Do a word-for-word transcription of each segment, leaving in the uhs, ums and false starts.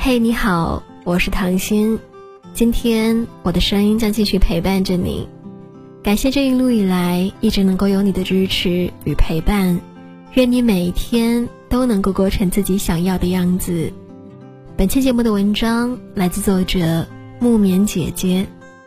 嘿，你好，我是唐心，今天我的声音将继续陪伴着你。感谢这一路以来一直能够有你的支持与陪伴，愿你每一天都能够过成自己想要的样子。本期节目的文章来自作者木棉姐姐。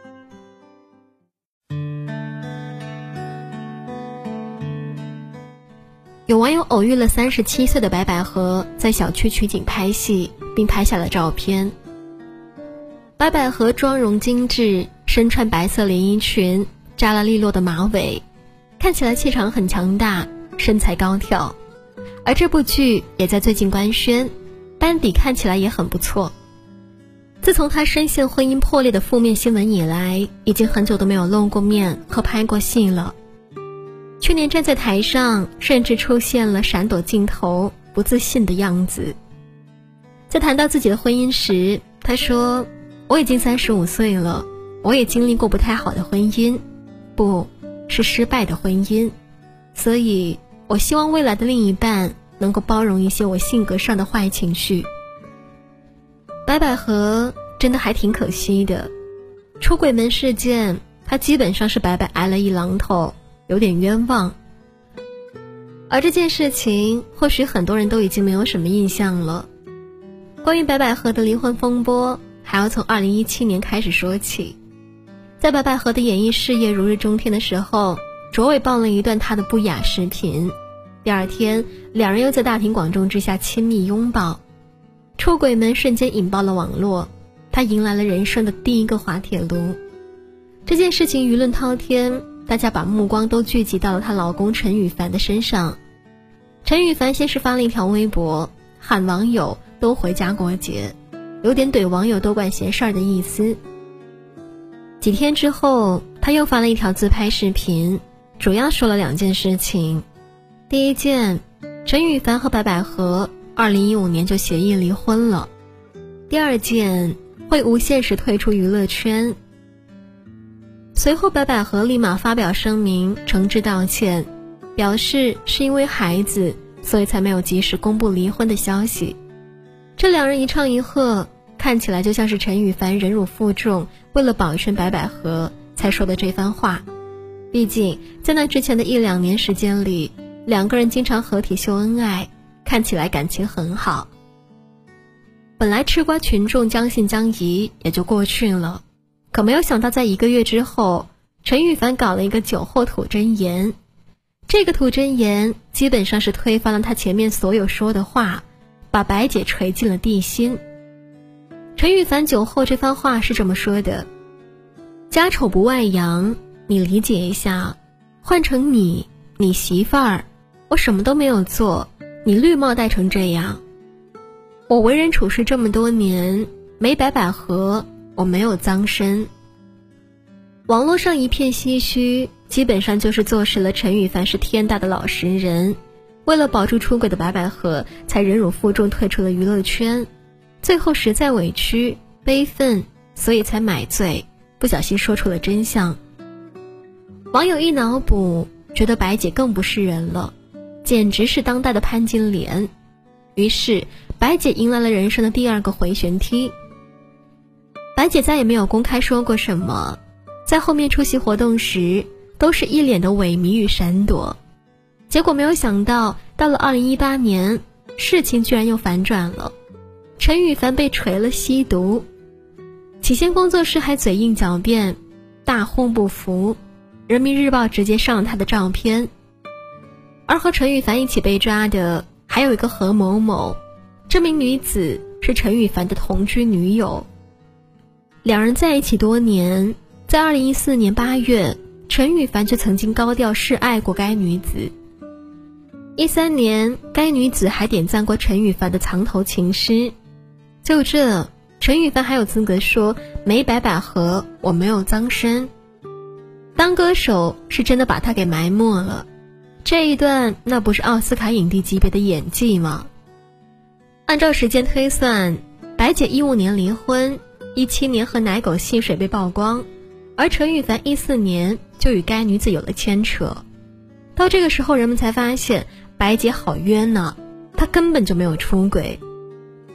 有网友偶遇了三十七岁的白百合，在小区取景拍戏，并拍下了照片。白百合妆容精致，身穿白色连衣裙，扎了利落的马尾，看起来气场很强大，身材高挑。而这部剧也在最近官宣，班底看起来也很不错。自从她深陷婚姻破裂的负面新闻以来，已经很久都没有露过面和拍过戏了。去年站在台上，甚至出现了闪躲镜头、不自信的样子。在谈到自己的婚姻时，她说：我已经三十五岁了，我也经历过不太好的婚姻，不是失败的婚姻，所以我希望未来的另一半能够包容一些我性格上的坏情绪。白百合真的还挺可惜的，出轨门事件，她基本上是白白挨了一榔头，有点冤枉。而这件事情或许很多人都已经没有什么印象了。关于白百合的离婚风波，还要从二零一七年开始说起。在白百合的演艺事业如日中天的时候，卓伟爆了一段她的不雅视频。第二天，两人又在大庭广众之下亲密拥抱，出轨门瞬间引爆了网络，她迎来了人生的第一个滑铁卢。这件事情舆论滔天，大家把目光都聚集到了她老公陈羽凡的身上。陈羽凡先是发了一条微博，喊网友都回家过节，有点怼网友多管闲事儿的意思。几天之后，他又发了一条自拍视频，主要说了两件事情。第一件，陈羽凡和白百合二零一五年就协议离婚了。第二件，会无限时退出娱乐圈。随后白百合立马发表声明诚挚道歉，表示是因为孩子，所以才没有及时公布离婚的消息。这两人一唱一和，看起来就像是陈羽凡忍辱负重，为了保全白百合才说的这番话。毕竟在那之前的一两年时间里，两个人经常合体秀恩爱，看起来感情很好。本来吃瓜群众将信将疑也就过去了，可没有想到在一个月之后，陈羽凡搞了一个酒后吐真言。这个吐真言基本上是推翻了他前面所有说的话，把白姐锤进了地心。陈羽凡酒后这番话是这么说的：家丑不外扬，你理解一下，换成你，你媳妇儿，我什么都没有做，你绿帽戴成这样。我为人处事这么多年，没白百合，我没有脏身。网络上一片唏嘘，基本上就是坐实了陈羽凡是天大的老实人，为了保住出轨的白百合，才忍辱负重退出了娱乐圈，最后实在委屈悲愤，所以才买醉，不小心说出了真相。网友一脑补，觉得白姐更不是人了，简直是当代的潘金莲。于是白姐迎来了人生的第二个回旋踢。白姐再也没有公开说过什么，在后面出席活动时都是一脸的萎靡与闪躲。结果没有想到，到了二零一八年，事情居然又反转了。陈羽凡被锤了吸毒，起先工作室还嘴硬狡辩，大呼不服，人民日报直接上了他的照片。而和陈羽凡一起被抓的还有一个何某某，这名女子是陈羽凡的同居女友。两人在一起多年，在二零一四年八月，陈羽凡就曾经高调示爱过该女子。一三年，该女子还点赞过陈羽凡的藏头情诗。就这，陈羽凡还有资格说没白百合，我没有脏身？当歌手是真的把他给埋没了，这一段那不是奥斯卡影帝级别的演技吗？按照时间推算，白姐一五年离婚，一七年和奶狗戏水被曝光，而陈羽凡一四年就与该女子有了牵扯。到这个时候，人们才发现白姐好冤呢，她根本就没有出轨。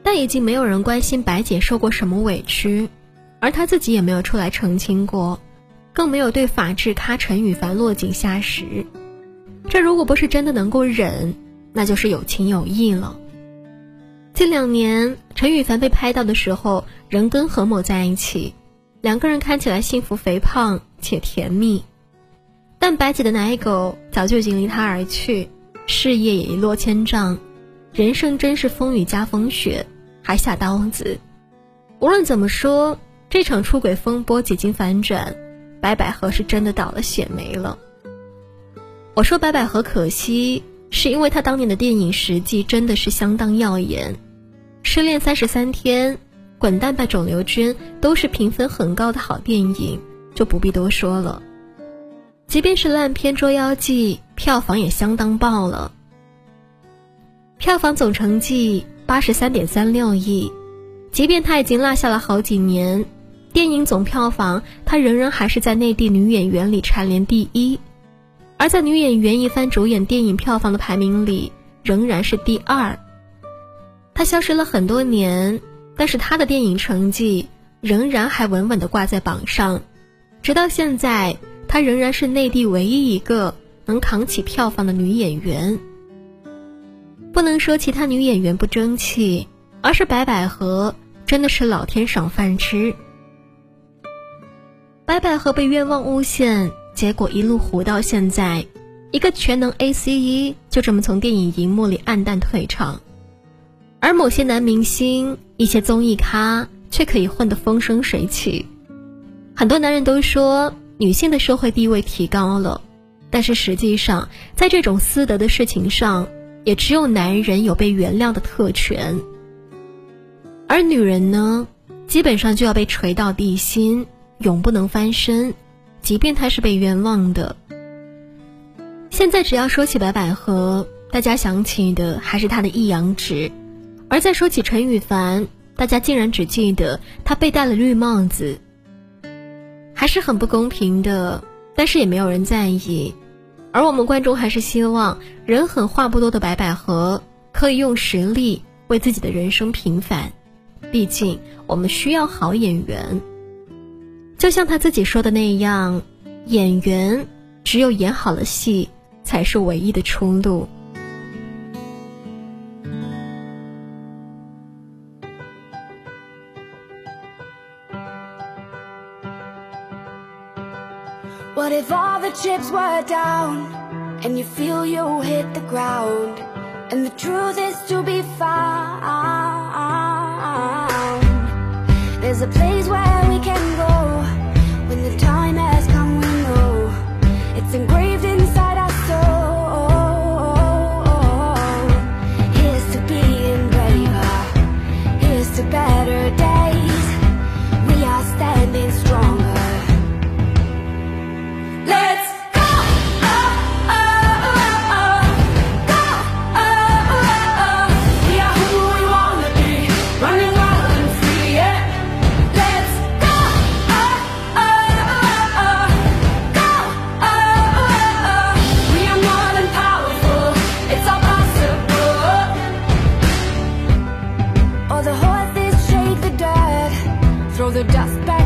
但已经没有人关心白姐受过什么委屈，而她自己也没有出来澄清过，更没有对法制咖陈羽凡落井下石。这如果不是真的能够忍，那就是有情有义了。近两年陈羽凡被拍到的时候仍跟何某在一起，两个人看起来幸福肥胖且甜蜜，但白姐的奶狗早就已经离他而去，事业也一落千丈，人生真是风雨加风雪，还下刀子。无论怎么说，这场出轨风波几经反转，白百合是真的倒了血霉了。我说白百合可惜，是因为她当年的电影实际真的是相当耀眼，失恋三十三天、滚蛋吧肿瘤君都是评分很高的好电影，就不必多说了。即便是烂片《捉妖记》，票房也相当爆了，票房总成绩 八十三点三六亿，即便它已经落下了好几年，电影总票房它仍然还是在内地女演员里蝉联第一，而在女演员一番主演电影票房的排名里仍然是第二。她消失了很多年，但是她的电影成绩仍然还稳稳地挂在榜上，直到现在她仍然是内地唯一一个能扛起票房的女演员。不能说其他女演员不争气，而是白百合真的是老天赏饭吃。白百合被冤枉诬陷，结果一路糊到现在，一个全能 A C E 就这么从电影荧幕里黯淡退场。而某些男明星、一些综艺咖却可以混得风生水起。很多男人都说女性的社会地位提高了，但是实际上在这种私德的事情上，也只有男人有被原谅的特权，而女人呢，基本上就要被锤到地心，永不能翻身，即便她是被冤枉的。现在只要说起白百合，大家想起的还是她的一阳指，而再说起陈羽凡，大家竟然只记得他被戴了绿帽子，还是很不公平的，但是也没有人在意。而我们观众还是希望人狠话不多的白百合可以用实力为自己的人生平反，毕竟我们需要好演员。就像他自己说的那样，演员只有演好了戏才是唯一的出路。 What if all the chips were down and you feel you hit the ground and the truth is to be found? There's a place where we can go when the time has come, we know it's engraved inside our soul. Here's to being braver, here's to better days. We are standing stronger. Throw the dust back